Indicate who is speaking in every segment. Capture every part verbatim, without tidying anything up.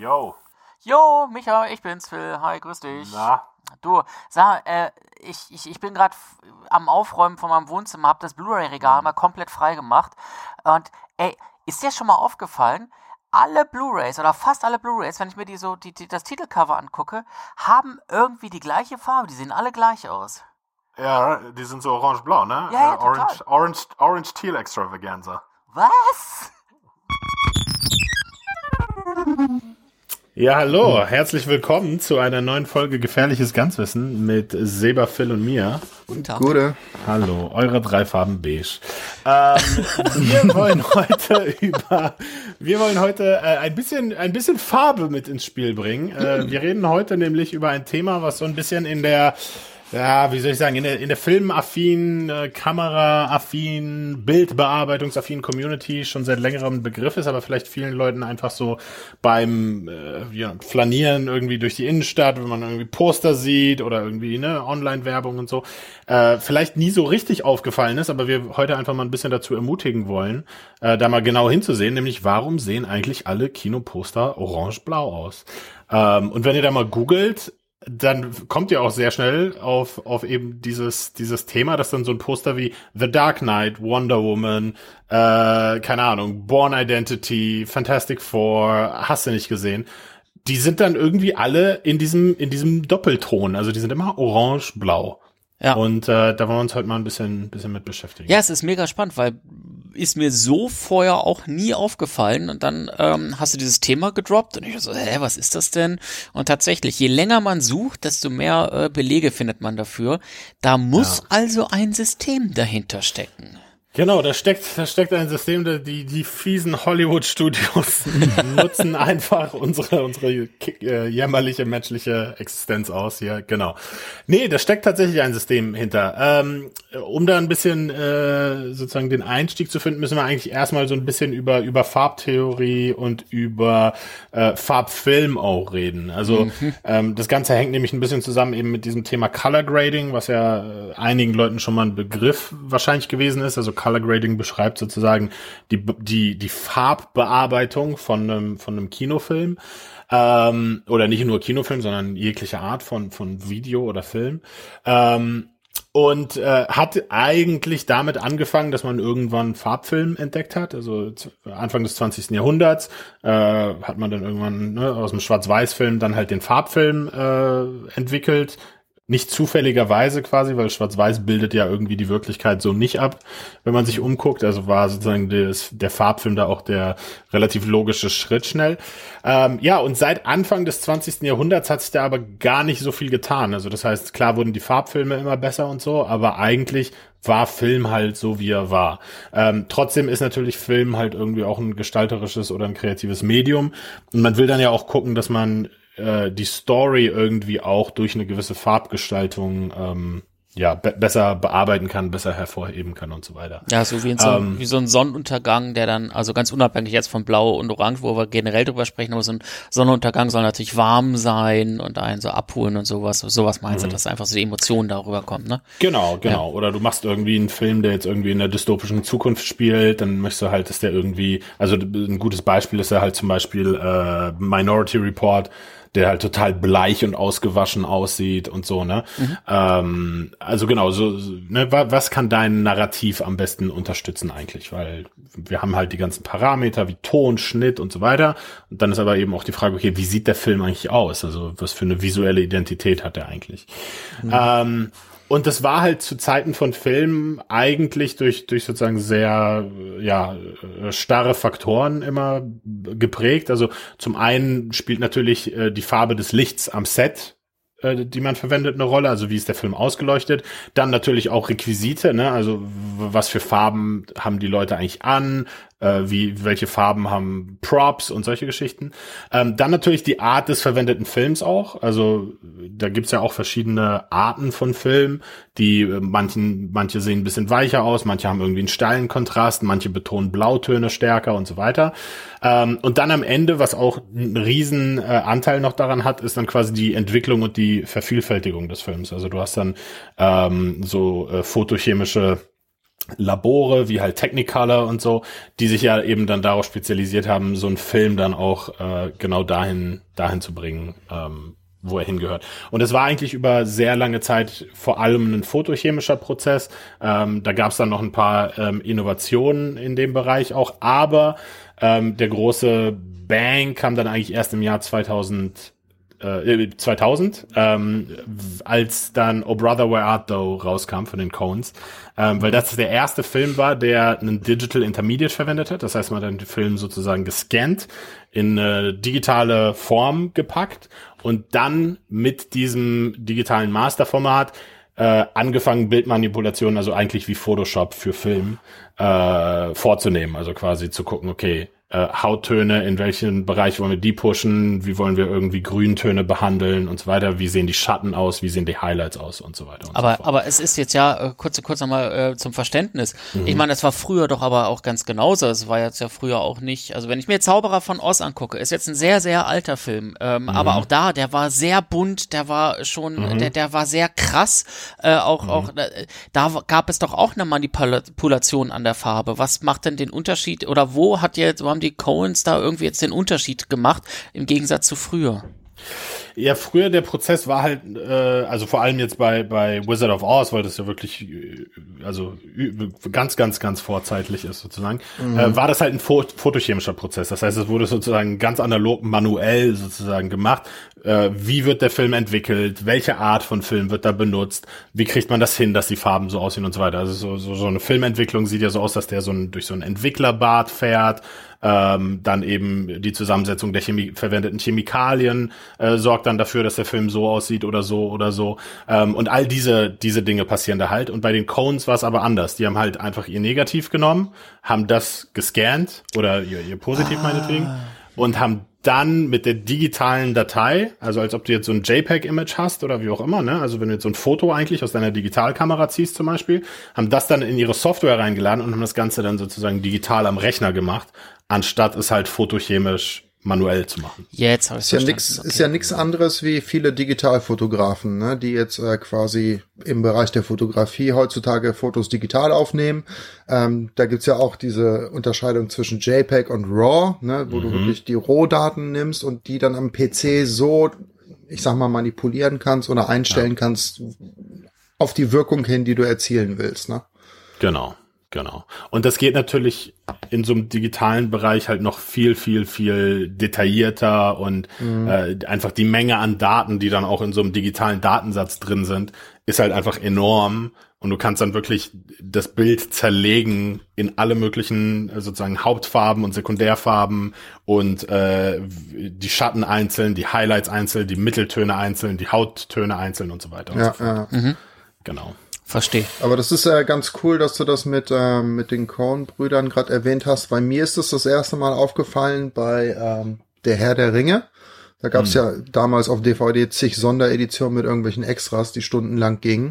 Speaker 1: Yo.
Speaker 2: Jo, Micha, ich bin's, Phil. Hi, grüß dich.
Speaker 1: Na?
Speaker 2: Du, sag, äh, ich, ich, ich bin gerade am Aufräumen von meinem Wohnzimmer, hab das Blu-ray-Regal mal komplett frei gemacht. Und, ey, ist dir schon mal aufgefallen, alle Blu-rays oder fast alle Blu-rays, wenn ich mir die so die, die, das Titelcover angucke, haben irgendwie die gleiche Farbe. Die sehen alle gleich aus.
Speaker 1: Ja, die sind so orange-blau, ne?
Speaker 2: Ja, ja,
Speaker 1: äh, orange,
Speaker 2: total.
Speaker 1: orange, orange Teal Extravaganza.
Speaker 2: Was?
Speaker 3: Ja, hallo, herzlich willkommen zu einer neuen Folge Gefährliches Ganzwissen mit Seba, Phil und mir.
Speaker 2: Guten Tag.
Speaker 4: Gute.
Speaker 3: Hallo, eure drei Farben beige. Ähm, wir wollen heute über, wir wollen heute äh, ein bisschen, ein bisschen Farbe mit ins Spiel bringen. Äh, wir reden heute nämlich über ein Thema, was so ein bisschen in der Ja, wie soll ich sagen, in der, in der filmaffinen, äh, kameraaffinen, bildbearbeitungsaffinen Community schon seit längerem Begriff ist, aber vielleicht vielen Leuten einfach so beim äh, ja, Flanieren irgendwie durch die Innenstadt, wenn man irgendwie Poster sieht oder irgendwie ne Online-Werbung und so, äh, vielleicht nie so richtig aufgefallen ist, aber wir heute einfach mal ein bisschen dazu ermutigen wollen, äh, da mal genau hinzusehen, nämlich warum sehen eigentlich alle Kinoposter orange-blau aus? Ähm, und wenn ihr da mal googelt, dann kommt ihr auch sehr schnell auf auf eben dieses dieses Thema, dass dann so ein Poster wie The Dark Knight, Wonder Woman, äh, keine Ahnung, Bourne Identity, Fantastic Four, hast du nicht gesehen, die sind dann irgendwie alle in diesem in diesem Doppelton, also die sind immer orange-blau.
Speaker 2: Ja.
Speaker 3: Und äh, da wollen wir uns heute mal ein bisschen bisschen mit beschäftigen.
Speaker 2: Ja, es ist mega spannend, weil ist mir so vorher auch nie aufgefallen und dann ähm, hast du dieses Thema gedroppt und ich so, hä, was ist das denn? Und tatsächlich, je länger man sucht, desto mehr äh, Belege findet man dafür. Da muss
Speaker 3: Ja.
Speaker 2: also ein System dahinter stecken.
Speaker 3: Genau, da steckt, da steckt ein System, die, die fiesen Hollywood-Studios nutzen einfach unsere, unsere äh, jämmerliche menschliche Existenz aus hier, genau. Nee, da steckt tatsächlich ein System hinter. Ähm, um da ein bisschen, äh, sozusagen den Einstieg zu finden, müssen wir eigentlich erstmal so ein bisschen über, über Farbtheorie und über, äh, Farbfilm auch reden. Also, mhm. ähm, das Ganze hängt nämlich ein bisschen zusammen eben mit diesem Thema Color Grading, was ja äh, einigen Leuten schon mal ein Begriff wahrscheinlich gewesen ist, also Color Grading beschreibt sozusagen die die die Farbbearbeitung von einem von einem Kinofilm ähm, oder nicht nur Kinofilm, sondern jegliche Art von von Video oder Film. Ähm, und äh, hat eigentlich damit angefangen, dass man irgendwann Farbfilm entdeckt hat. Also Anfang des zwanzigsten Jahrhunderts äh, hat man dann irgendwann ne, aus dem Schwarz-Weiß-Film dann halt den Farbfilm äh, entwickelt. Nicht zufälligerweise quasi, weil Schwarz-Weiß bildet ja irgendwie die Wirklichkeit so nicht ab, wenn man sich umguckt. Also war sozusagen des, der Farbfilm da auch der relativ logische Schritt schnell. Ähm, ja, und seit Anfang des zwanzigsten Jahrhunderts hat sich da aber gar nicht so viel getan. Also das heißt, klar wurden die Farbfilme immer besser und so, aber eigentlich war Film halt so, wie er war. Ähm, trotzdem ist natürlich Film halt irgendwie auch ein gestalterisches oder ein kreatives Medium. Und man will dann ja auch gucken, dass man die Story irgendwie auch durch eine gewisse Farbgestaltung ähm, ja be- besser bearbeiten kann, besser hervorheben kann und so weiter.
Speaker 2: Ja, so wie, in so,
Speaker 3: Ähm,
Speaker 2: wie so ein Sonnenuntergang, der dann, also ganz unabhängig jetzt von Blau und Orange, wo wir generell drüber sprechen, aber so ein Sonnenuntergang soll natürlich warm sein und einen so abholen und sowas. Sowas meinst du, dass einfach so die Emotionen darüber kommen, ne?
Speaker 3: Genau, genau. Ja. Oder du machst irgendwie einen Film, der jetzt irgendwie in der dystopischen Zukunft spielt, dann möchtest du halt, dass der irgendwie, also ein gutes Beispiel ist ja halt zum Beispiel äh, Minority Report, der halt total bleich und ausgewaschen aussieht und so, ne? Mhm. Ähm, also genau, so, ne, was kann dein Narrativ am besten unterstützen eigentlich? Weil wir haben halt die ganzen Parameter wie Ton, Schnitt und so weiter. Und dann ist aber eben auch die Frage, okay, wie sieht der Film eigentlich aus? Also was für eine visuelle Identität hat er eigentlich? Mhm. Ähm, Und das war halt zu Zeiten von Filmen eigentlich durch durch sozusagen sehr ja starre Faktoren immer geprägt. Also zum einen spielt natürlich äh, die Farbe des Lichts am Set, äh, die man verwendet, eine Rolle. Also wie ist der Film ausgeleuchtet? Dann natürlich auch Requisite, ne? Also was für Farben haben die Leute eigentlich an? Äh, wie welche Farben haben Props und solche Geschichten. Ähm, dann natürlich die Art des verwendeten Films auch. Also da gibt's ja auch verschiedene Arten von Film, die äh, manchen manche sehen ein bisschen weicher aus, manche haben irgendwie einen steilen Kontrast, manche betonen Blautöne stärker und so weiter. Ähm, und dann am Ende, was auch einen riesen äh, Anteil noch daran hat, ist dann quasi die Entwicklung und die Vervielfältigung des Films. Also du hast dann ähm, so äh, photochemische Labore wie halt Technicolor und so, die sich ja eben dann darauf spezialisiert haben, so einen Film dann auch äh, genau dahin dahin zu bringen, ähm, wo er hingehört. Und es war eigentlich über sehr lange Zeit vor allem ein photochemischer Prozess. Ähm, da gab es dann noch ein paar ähm, Innovationen in dem Bereich auch, aber ähm, der große Bang kam dann eigentlich erst im Jahr zweitausend, äh, zweitausend, ähm, als dann Oh Brother Where Art Thou rauskam von den Coens, ähm, weil das der erste Film war, der einen Digital Intermediate verwendet hat. Das heißt, man hat den Film sozusagen gescannt, in eine digitale Form gepackt und dann mit diesem digitalen Masterformat äh, angefangen, Bildmanipulationen, also eigentlich wie Photoshop für Film, äh, vorzunehmen. Also quasi zu gucken, okay, äh, Hauttöne, in welchen Bereich wollen wir die pushen, wie wollen wir irgendwie Grüntöne behandeln und so weiter, wie sehen die Schatten aus, wie sehen die Highlights aus und so weiter und
Speaker 2: aber
Speaker 3: so fort.
Speaker 2: aber es ist jetzt ja, äh, kurz, kurz nochmal äh, zum Verständnis, mhm. ich meine, das war früher doch aber auch ganz genauso, es war jetzt ja früher auch nicht, also wenn ich mir Zauberer von Oz angucke, ist jetzt ein sehr, sehr alter Film, ähm, mhm. aber auch da, der war sehr bunt, der war schon, mhm. der, der war sehr krass, äh, auch, mhm. auch, äh, da gab es doch auch eine Manipulation an der Farbe. Was macht denn den Unterschied, oder wo hat jetzt, wo haben die Coens da irgendwie jetzt den Unterschied gemacht, im Gegensatz zu früher?
Speaker 3: Ja, früher der Prozess war halt, äh, also vor allem jetzt bei bei Wizard of Oz, weil das ja wirklich, also ganz, ganz, ganz vorzeitlich ist sozusagen, mhm. äh, war das halt ein photochemischer Prozess. Das heißt, es wurde sozusagen ganz analog, manuell sozusagen gemacht. Äh, wie wird der Film entwickelt? Welche Art von Film wird da benutzt? Wie kriegt man das hin, dass die Farben so aussehen und so weiter? Also so, so, so eine Filmentwicklung sieht ja so aus, dass der so ein, durch so ein Entwicklerbad fährt. Ähm, dann eben die Zusammensetzung der Chemie- verwendeten Chemikalien äh, sorgt dann dafür, dass der Film so aussieht oder so oder so. Ähm, und all diese diese Dinge passieren da halt. Und bei den Coens war es aber anders. Die haben halt einfach ihr Negativ genommen, haben das gescannt oder ihr, ihr Positiv ah. meinetwegen und haben dann mit der digitalen Datei, also als ob du jetzt so ein JPEG-Image hast oder wie auch immer, ne, also wenn du jetzt so ein Foto eigentlich aus deiner Digitalkamera ziehst zum Beispiel, haben das dann in ihre Software reingeladen und haben das Ganze dann sozusagen digital am Rechner gemacht, anstatt es halt photochemisch manuell zu machen.
Speaker 2: Jetzt habe ich
Speaker 4: es ja nix, okay. Ist ja nichts anderes wie viele Digitalfotografen, ne, die jetzt äh, quasi im Bereich der Fotografie heutzutage Fotos digital aufnehmen. Ähm, da gibt's ja auch diese Unterscheidung zwischen JPEG und RAW, ne, wo mhm. du wirklich die Rohdaten nimmst und die dann am P C so, ich sag mal, manipulieren kannst oder einstellen ja. kannst auf die Wirkung hin, die du erzielen willst, ne?
Speaker 3: Genau. Genau. Und das geht natürlich in so einem digitalen Bereich halt noch viel, viel, viel detaillierter und mhm. äh, einfach die Menge an Daten, die dann auch in so einem digitalen Datensatz drin sind, ist halt einfach enorm. Und du kannst dann wirklich das Bild zerlegen in alle möglichen sozusagen Hauptfarben und Sekundärfarben und äh, die Schatten einzeln, die Highlights einzeln, die Mitteltöne einzeln, die Hauttöne einzeln und so weiter und
Speaker 4: ja,
Speaker 3: so fort.
Speaker 4: Ja.
Speaker 2: Mhm.
Speaker 3: Genau.
Speaker 2: Verstehe.
Speaker 4: Aber das ist äh, ganz cool, dass du das mit ähm, mit den Coen-Brüdern gerade erwähnt hast. Bei mir ist es das, das erste Mal aufgefallen bei ähm, Der Herr der Ringe. Da gab es hm. ja damals auf D V D zig Sondereditionen mit irgendwelchen Extras, die stundenlang gingen.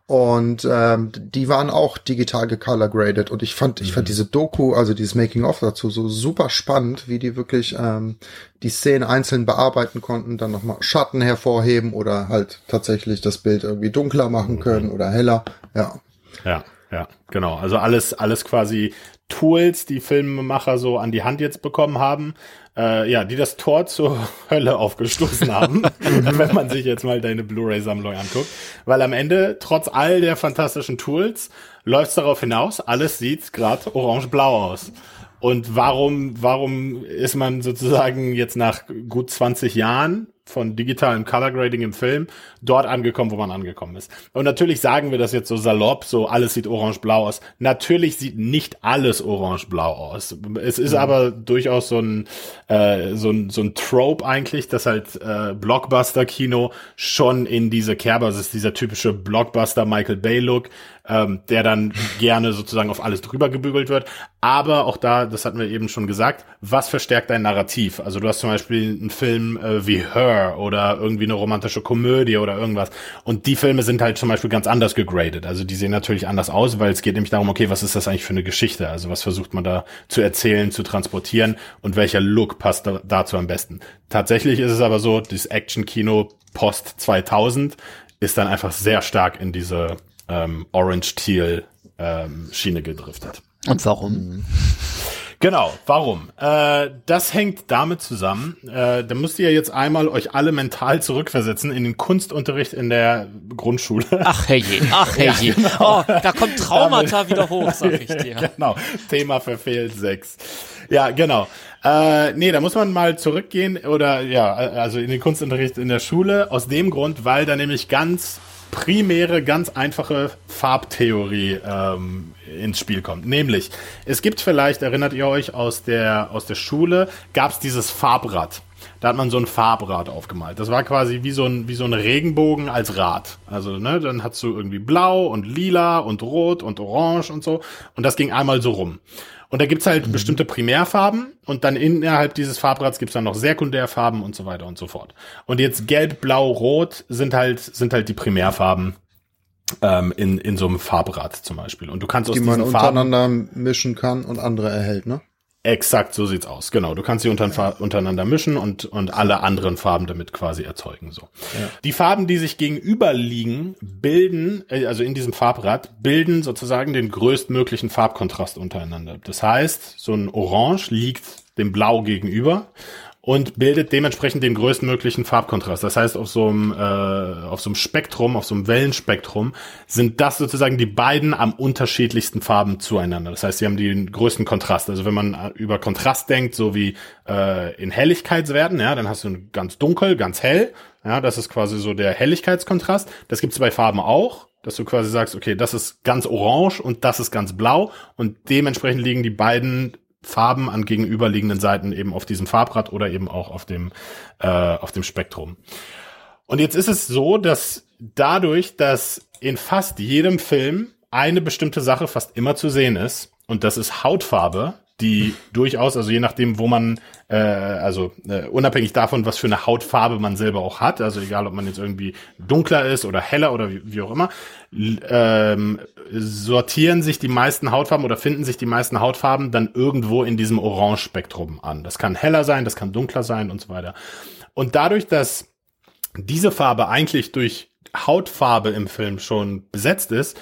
Speaker 4: Und ähm, die waren auch digital gecolor-graded. Und ich fand, mhm. ich fand diese Doku, also dieses Making-of dazu, so super spannend, wie die wirklich ähm, die Szenen einzeln bearbeiten konnten, dann nochmal Schatten hervorheben oder halt tatsächlich das Bild irgendwie dunkler machen können mhm. oder heller. Ja.
Speaker 3: Ja, ja, genau. Also alles, alles quasi Tools, die Filmemacher so an die Hand jetzt bekommen haben, äh, ja, die das Tor zur Hölle aufgestoßen haben, wenn man sich jetzt mal deine Blu-ray-Sammlung anguckt. Weil am Ende, trotz all der fantastischen Tools, läuft es darauf hinaus, alles sieht gerade orange-blau aus. Und warum, warum ist man sozusagen jetzt nach gut zwanzig Jahren von digitalem Color Grading im Film dort angekommen, wo man angekommen ist? Und natürlich sagen wir das jetzt so salopp, so alles sieht orange-blau aus. Natürlich sieht nicht alles orange-blau aus. Es ist mhm. aber durchaus so ein, äh, so ein, so ein Trope eigentlich, dass halt äh, Blockbuster-Kino schon in diese Kerbe, also es ist dieser typische Blockbuster-Michael Bay-Look, ähm, der dann gerne sozusagen auf alles drüber gebügelt wird. Aber auch da, das hatten wir eben schon gesagt, was verstärkt dein Narrativ? Also du hast zum Beispiel einen Film äh, wie Her oder irgendwie eine romantische Komödie oder irgendwas. Und die Filme sind halt zum Beispiel ganz anders gegradet. Also die sehen natürlich anders aus, weil es geht nämlich darum, okay, was ist das eigentlich für eine Geschichte? Also was versucht man da zu erzählen, zu transportieren und welcher Look passt da, dazu am besten? Tatsächlich ist es aber so, das Action-Kino post zweitausend ist dann einfach sehr stark in diese ähm, Orange-Teal ähm, Schiene gedriftet.
Speaker 2: Und warum?
Speaker 3: Genau, warum? Äh, das hängt damit zusammen, äh, da müsst ihr jetzt einmal euch alle mental zurückversetzen in den Kunstunterricht in der Grundschule.
Speaker 2: Ach herrje, ach herje. Ja, genau. Oh, da kommt Traumata wieder hoch, sag ich dir.
Speaker 3: Genau, Thema verfehlt sechs. Ja, genau. Äh, nee, da muss man mal zurückgehen oder ja, also in den Kunstunterricht in der Schule, aus dem Grund, weil da nämlich ganz primäre, ganz einfache Farbtheorie ähm, ins Spiel kommt. Nämlich, es gibt vielleicht, erinnert ihr euch, aus der aus der Schule, gab es dieses Farbrad. Da hat man so ein Farbrad aufgemalt. Das war quasi wie so ein wie so ein Regenbogen als Rad. Also, ne, dann hast du irgendwie blau und lila und rot und orange und so. Und das ging einmal so rum. Und da gibt's halt mhm. bestimmte Primärfarben und dann innerhalb dieses Farbrads gibt's dann noch Sekundärfarben und so weiter und so fort. Und jetzt gelb, blau, rot sind halt sind halt die Primärfarben ähm, in in so einem Farbrad zum Beispiel. Und du kannst aus
Speaker 4: die
Speaker 3: diesen
Speaker 4: man untereinander Farben mischen kann und andere erhält, ne?
Speaker 3: Exakt, so sieht's aus. Genau, du kannst sie unter, untereinander mischen und und alle anderen Farben damit quasi erzeugen. So, ja. Die Farben, die sich gegenüber liegen, bilden, also in diesem Farbrad, bilden sozusagen den größtmöglichen Farbkontrast untereinander. Das heißt, so ein Orange liegt dem Blau gegenüber und bildet dementsprechend den größtmöglichen Farbkontrast. Das heißt, auf so einem äh, auf so einem Spektrum, auf so einem Wellenspektrum sind das sozusagen die beiden am unterschiedlichsten Farben zueinander. Das heißt, sie haben den größten Kontrast. Also wenn man über Kontrast denkt, so wie äh, in Helligkeitswerten, ja, dann hast du ganz dunkel, ganz hell. Ja, das ist quasi so der Helligkeitskontrast. Das gibt's bei Farben auch, dass du quasi sagst, okay, das ist ganz orange und das ist ganz blau und dementsprechend liegen die beiden Farben an gegenüberliegenden Seiten eben auf diesem Farbrad oder eben auch auf dem äh, auf dem Spektrum. Und jetzt ist es so, dass dadurch, dass in fast jedem Film eine bestimmte Sache fast immer zu sehen ist, und das ist Hautfarbe, die durchaus, also je nachdem, wo man, äh, also äh, unabhängig davon, was für eine Hautfarbe man selber auch hat, also egal, ob man jetzt irgendwie dunkler ist oder heller oder wie, wie auch immer, ähm, sortieren sich die meisten Hautfarben oder finden sich die meisten Hautfarben dann irgendwo in diesem Orange-Spektrum an. Das kann heller sein, das kann dunkler sein und so weiter. Und dadurch, dass diese Farbe eigentlich durch Hautfarbe im Film schon besetzt ist,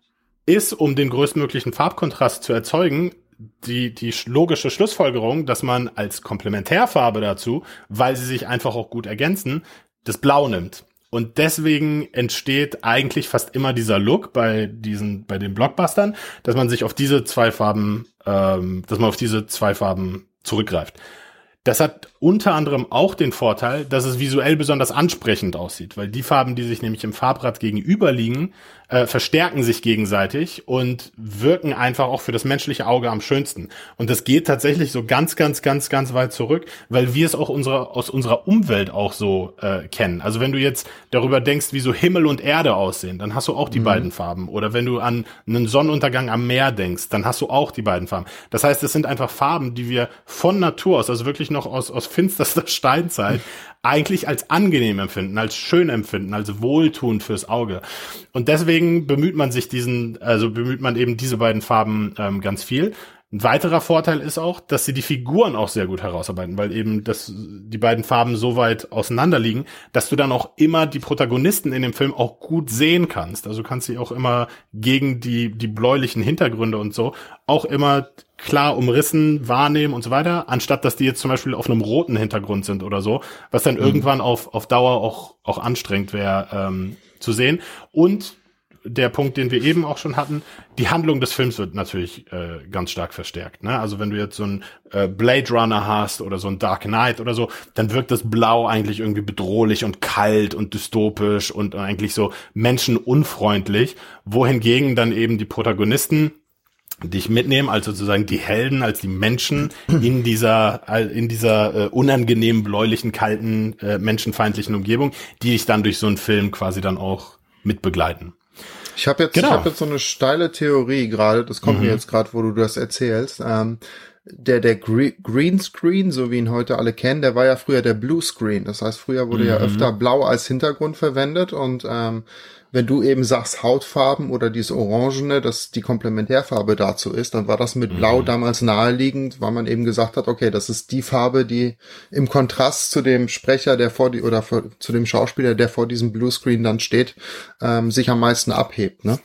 Speaker 3: ist, um den größtmöglichen Farbkontrast zu erzeugen, die die logische Schlussfolgerung, dass man als Komplementärfarbe dazu, weil sie sich einfach auch gut ergänzen, das Blau nimmt. Und deswegen entsteht eigentlich fast immer dieser Look bei diesen bei den Blockbustern, dass man sich auf diese zwei Farben, ähm, dass man auf diese zwei Farben zurückgreift. Das hat unter anderem auch den Vorteil, dass es visuell besonders ansprechend aussieht, weil die Farben, die sich nämlich im Farbrad gegenüber liegen, äh, verstärken sich gegenseitig und wirken einfach auch für das menschliche Auge am schönsten. Und das geht tatsächlich so ganz, ganz, ganz, ganz weit zurück, weil wir es auch unsere, aus unserer Umwelt auch so äh, kennen. Also wenn du jetzt darüber denkst, wie so Himmel und Erde aussehen, dann hast du auch die mhm. beiden Farben. Oder wenn du an einen Sonnenuntergang am Meer denkst, dann hast du auch die beiden Farben. Das heißt, es sind einfach Farben, die wir von Natur aus, also wirklich noch aus, aus finsterster Steinzeit, eigentlich als angenehm empfinden, als schön empfinden, als wohltuend fürs Auge. Und deswegen bemüht man sich diesen, also bemüht man eben diese beiden Farben ähm, ganz viel. Ein weiterer Vorteil ist auch, dass sie die Figuren auch sehr gut herausarbeiten, weil eben das, die beiden Farben so weit auseinander liegen, dass du dann auch immer die Protagonisten in dem Film auch gut sehen kannst. Also du kannst sie auch immer gegen die, die bläulichen Hintergründe und so auch immer klar umrissen, wahrnehmen und so weiter, anstatt dass die jetzt zum Beispiel auf einem roten Hintergrund sind oder so, was dann mhm. irgendwann auf, auf Dauer auch, auch anstrengend wäre ähm, zu sehen. Und der Punkt, den wir eben auch schon hatten, die Handlung des Films wird natürlich äh, ganz stark verstärkt. Ne? Also wenn du jetzt so einen äh, Blade Runner hast oder so einen Dark Knight oder so, dann wirkt das Blau eigentlich irgendwie bedrohlich und kalt und dystopisch und eigentlich so menschenunfreundlich, wohingegen dann eben die Protagonisten dich mitnehmen, also sozusagen die Helden, als die Menschen in dieser in dieser äh, unangenehmen, bläulichen, kalten, äh, menschenfeindlichen Umgebung, die dich dann durch so einen Film quasi dann auch mitbegleiten.
Speaker 4: Ich habe jetzt, genau. ich habe jetzt so eine steile Theorie gerade, das kommt mhm. mir jetzt gerade, wo du das erzählst. Ähm, der der Gre- Greenscreen, so wie ihn heute alle kennen, der war ja früher der Bluescreen. Das heißt, früher wurde mhm. ja öfter Blau als Hintergrund verwendet und ähm, wenn du eben sagst Hautfarben oder dieses Orangene, dass die Komplementärfarbe dazu ist, dann war das mit Blau mhm. damals naheliegend, weil man eben gesagt hat, okay, das ist die Farbe, die im Kontrast zu dem Sprecher, der vor die oder vor, zu dem Schauspieler, der vor diesem Bluescreen dann steht, ähm, sich am meisten abhebt, ne?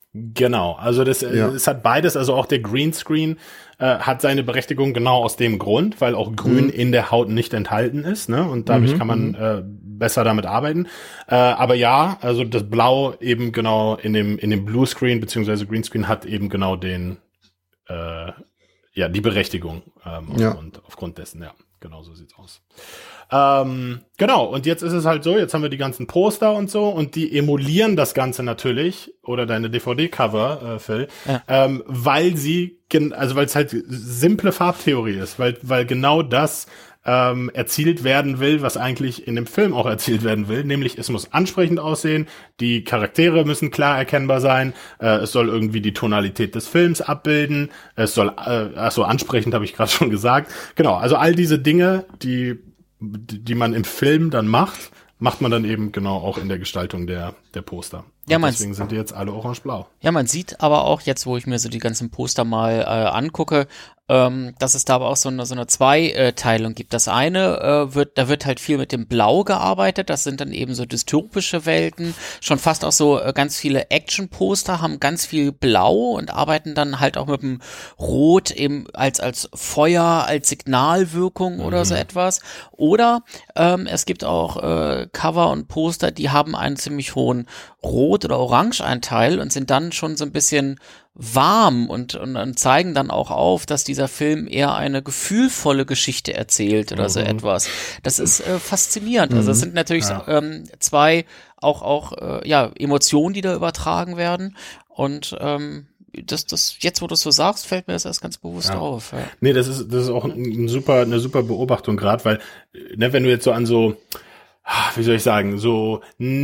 Speaker 3: Genau, also das
Speaker 4: Ja.
Speaker 3: es hat beides, also auch der Greenscreen äh, hat seine Berechtigung genau aus dem Grund, weil auch Grün
Speaker 4: Mhm.
Speaker 3: in der Haut nicht enthalten ist, ne? Und dadurch
Speaker 4: Mhm.
Speaker 3: kann man äh, besser damit arbeiten. Äh, aber ja, also das Blau eben genau in dem in dem Bluescreen beziehungsweise Greenscreen hat eben genau den äh, ja die Berechtigung ähm,
Speaker 4: Ja.
Speaker 3: aufgrund, aufgrund dessen, ja, genau so sieht's aus. Ähm, genau, und jetzt ist es halt so, jetzt haben wir die ganzen Poster und so und die emulieren das Ganze natürlich, oder deine D V D-Cover, äh, Phil,
Speaker 2: Ja.
Speaker 3: ähm, weil sie, gen also weil es halt simple Farbtheorie ist, weil, weil genau das ähm, erzielt werden will, was eigentlich in dem Film auch erzielt werden will, nämlich es muss ansprechend aussehen, die Charaktere müssen klar erkennbar sein, äh, es soll irgendwie die Tonalität des Films abbilden, es soll, äh, ach so, ansprechend habe ich gerade schon gesagt, genau, also all diese Dinge, die die man im Film dann macht, macht man dann eben genau auch in der Gestaltung der der Poster.
Speaker 2: Ja,
Speaker 3: Und
Speaker 2: man-
Speaker 3: deswegen sind die jetzt alle orange-blau.
Speaker 2: Ja, man sieht aber auch jetzt, wo ich mir so die ganzen Poster mal äh, angucke, ähm, dass es da aber auch so eine so eine Zweiteilung gibt. Das eine äh, wird, da wird halt viel mit dem Blau gearbeitet. Das sind dann eben so dystopische Welten. Schon fast auch so äh, ganz viele Action-Poster haben ganz viel Blau und arbeiten dann halt auch mit dem Rot eben als als Feuer, als Signalwirkung oder so etwas. Oder ähm, es gibt auch äh, Cover und Poster, die haben einen ziemlich hohen Rot- oder Orange-Anteil und sind dann schon so ein bisschen warm und, und, und zeigen dann auch auf, dass dieser Film eher eine gefühlvolle Geschichte erzählt oder so etwas. Das ist äh, faszinierend. Also es sind natürlich
Speaker 3: Ja.
Speaker 2: ähm, zwei auch auch äh, ja Emotionen, die da übertragen werden und ähm, das, das, jetzt, wo du es so sagst, fällt mir das erst ganz bewusst
Speaker 3: Ja.
Speaker 2: auf. Ja.
Speaker 3: Nee, das ist das ist auch ein, ein super eine super Beobachtung gerade, weil ne, wenn du jetzt so an so wie soll ich sagen, so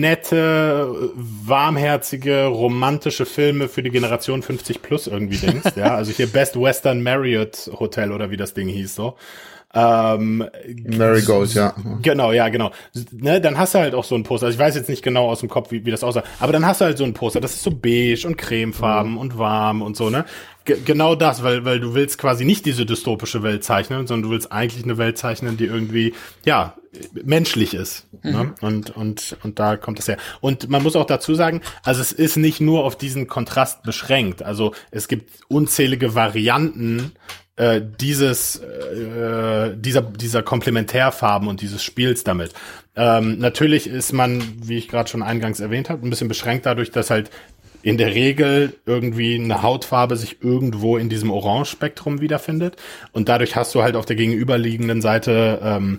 Speaker 3: nette, warmherzige, romantische Filme für die Generation fünfzig plus irgendwie denkst, ja, also hier Best Western Marriott Hotel oder wie das Ding hieß, so. Ähm,
Speaker 4: Marigold, ja.
Speaker 3: Genau, ja, genau. Ne, dann hast du halt auch so ein Poster. Also ich weiß jetzt nicht genau aus dem Kopf, wie, wie das aussah, aber dann hast du halt so ein Poster. Das ist so beige und cremefarben mhm. und warm und so, ne? G- genau das, weil, weil du willst quasi nicht diese dystopische Welt zeichnen, sondern du willst eigentlich eine Welt zeichnen, die irgendwie, ja, menschlich ist. Mhm. Ne? Und, und, und da kommt es her. Und man muss auch dazu sagen, also es ist nicht nur auf diesen Kontrast beschränkt. Also es gibt unzählige Varianten, Äh, dieses äh, dieser dieser Komplementärfarben und dieses Spiels damit. Ähm, natürlich ist man, wie ich gerade schon eingangs erwähnt habe, ein bisschen beschränkt dadurch, dass halt in der Regel irgendwie eine Hautfarbe sich irgendwo in diesem Orange-Spektrum wiederfindet und dadurch hast du halt auf der gegenüberliegenden Seite ähm,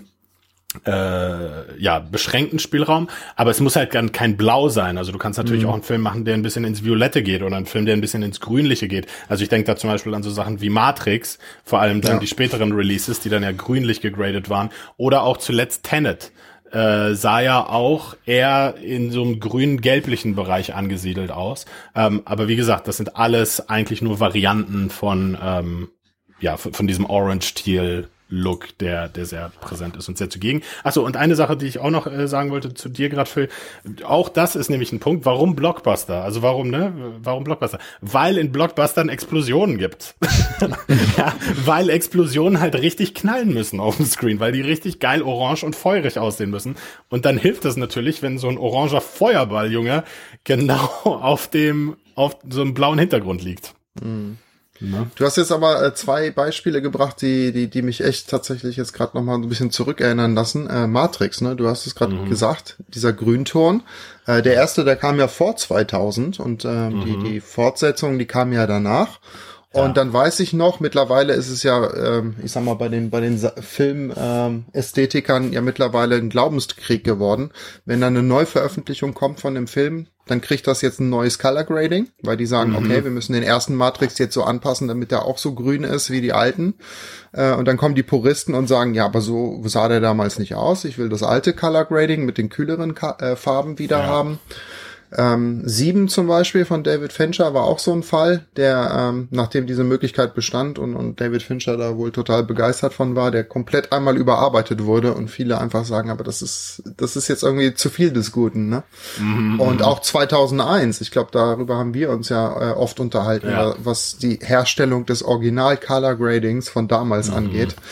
Speaker 3: äh, ja, beschränkten Spielraum, aber es muss halt dann kein Blau sein. Also du kannst natürlich mhm. auch einen Film machen, der ein bisschen ins Violette geht oder einen Film, der ein bisschen ins Grünliche geht. Also ich denke da zum Beispiel an so Sachen wie Matrix, vor allem dann
Speaker 4: ja.
Speaker 3: die späteren Releases, die dann ja grünlich gegradet waren, oder auch zuletzt Tenet. Äh, sah ja auch eher in so einem grün-gelblichen Bereich angesiedelt aus. Ähm, aber wie gesagt, das sind alles eigentlich nur Varianten von ähm, ja von, von diesem Orange-Teal Look, der der sehr präsent ist und sehr zugegen. Achso, und eine Sache, die ich auch noch äh, sagen wollte zu dir gerade, Phil, auch das ist nämlich ein Punkt, warum Blockbuster? Also warum, ne? Warum Blockbuster? Weil in Blockbustern Explosionen gibt. Ja, weil Explosionen halt richtig knallen müssen auf dem Screen, weil die richtig geil orange und feurig aussehen müssen. Und dann hilft es natürlich, wenn so ein oranger Feuerball, Junge, genau auf dem, auf so einem blauen Hintergrund liegt.
Speaker 4: Mhm. Du hast jetzt aber äh, zwei Beispiele gebracht, die die die mich echt tatsächlich jetzt gerade noch mal ein bisschen zurückerinnern lassen. Äh, Matrix, ne? Du hast es gerade mhm. gesagt, dieser Grünton. Äh, der erste, der kam ja vor zweitausend und ähm, mhm. die die Fortsetzung, die kam ja danach. Und ja. dann weiß ich noch, mittlerweile ist es ja, ähm, ich sag mal, bei den bei den Film-Ästhetikern ähm, ja mittlerweile ein Glaubenskrieg geworden. Wenn dann eine Neuveröffentlichung kommt von dem Film, dann kriegt das jetzt ein neues Color Grading, weil die sagen, mhm. okay, wir müssen den ersten Matrix jetzt so anpassen, damit der auch so grün ist wie die alten. Äh, und dann kommen die Puristen und sagen, ja, aber so sah der damals nicht aus. Ich will das alte Color Grading mit den kühleren Ka- äh, Farben wieder ja. haben. Ähm, Sieben zum Beispiel von David Fincher war auch so ein Fall, der, ähm, nachdem diese Möglichkeit bestand und, und David Fincher da wohl total begeistert von war, der komplett einmal überarbeitet wurde und viele einfach sagen, aber das ist, das ist jetzt irgendwie zu viel des Guten, ne? Mhm. Und auch zweitausendeins, ich glaube, darüber haben wir uns ja äh, oft unterhalten,
Speaker 3: ja.
Speaker 4: was die Herstellung des Original Color Gradings von damals mhm. angeht.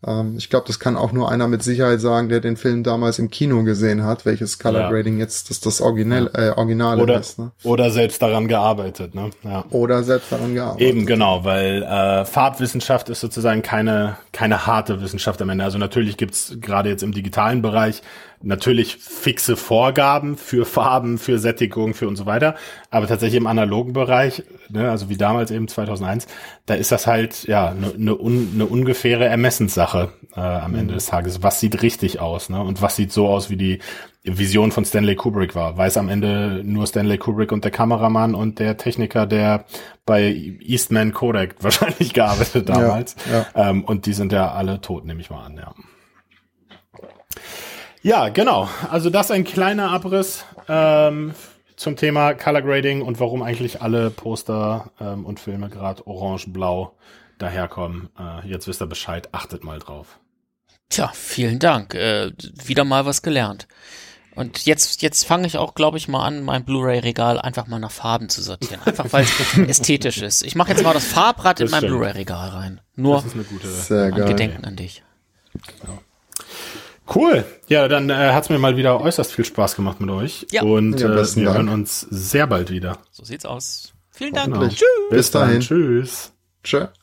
Speaker 4: Ähm, ich glaube, das kann auch nur einer mit Sicherheit sagen, der den Film damals im Kino gesehen hat, welches Color Grading ja. jetzt das, das Original, äh, Originale
Speaker 3: oder,
Speaker 4: ist. Ne?
Speaker 3: Oder selbst daran gearbeitet. Ne? Ja.
Speaker 4: Oder selbst daran gearbeitet.
Speaker 3: Eben, genau, weil äh, Farbwissenschaft ist sozusagen keine keine harte Wissenschaft am Ende. Also natürlich gibt's gerade jetzt im digitalen Bereich natürlich fixe Vorgaben für Farben, für Sättigung, für und so weiter. Aber tatsächlich im analogen Bereich, ne, also wie damals eben zweitausendeins, da ist das halt ja eine ne un, ne ungefähre Ermessenssache äh, am Ende mhm. des Tages. Was sieht richtig aus, ne? Und was sieht so aus, wie die Vision von Stanley Kubrick war? Weiß am Ende nur Stanley Kubrick und der Kameramann und der Techniker, der bei Eastman Kodak wahrscheinlich gearbeitet damals. Ja, ja. Ähm, und die sind ja alle tot, nehme ich mal an, ja. Ja, genau. Also das ein kleiner Abriss ähm, zum Thema Color Grading und warum eigentlich alle Poster ähm, und Filme gerade orange-blau daherkommen. Äh, jetzt wisst ihr Bescheid, achtet mal drauf.
Speaker 2: Tja, vielen Dank. Äh, wieder mal was gelernt. Und jetzt, jetzt fange ich auch, glaube ich, mal an, mein Blu-ray-Regal einfach mal nach Farben zu sortieren. Einfach, weil es ästhetisch ist. Ich mache jetzt mal das Farbrad das in mein Blu-ray-Regal rein. Nur
Speaker 3: das ist eine gute
Speaker 4: Sehr
Speaker 2: an
Speaker 4: geil.
Speaker 2: Gedenken an dich.
Speaker 3: Ja. Cool. Ja, dann äh, hat es mir mal wieder äußerst viel Spaß gemacht mit euch.
Speaker 2: Ja.
Speaker 3: Und
Speaker 4: Ja,
Speaker 3: äh,
Speaker 4: besten
Speaker 3: wir
Speaker 4: Dank.
Speaker 3: hören uns sehr bald wieder.
Speaker 2: So sieht's aus. Vielen Dank.
Speaker 3: Genau.
Speaker 2: Tschüss.
Speaker 4: Bis dahin.
Speaker 3: Tschüss.
Speaker 4: Tschö.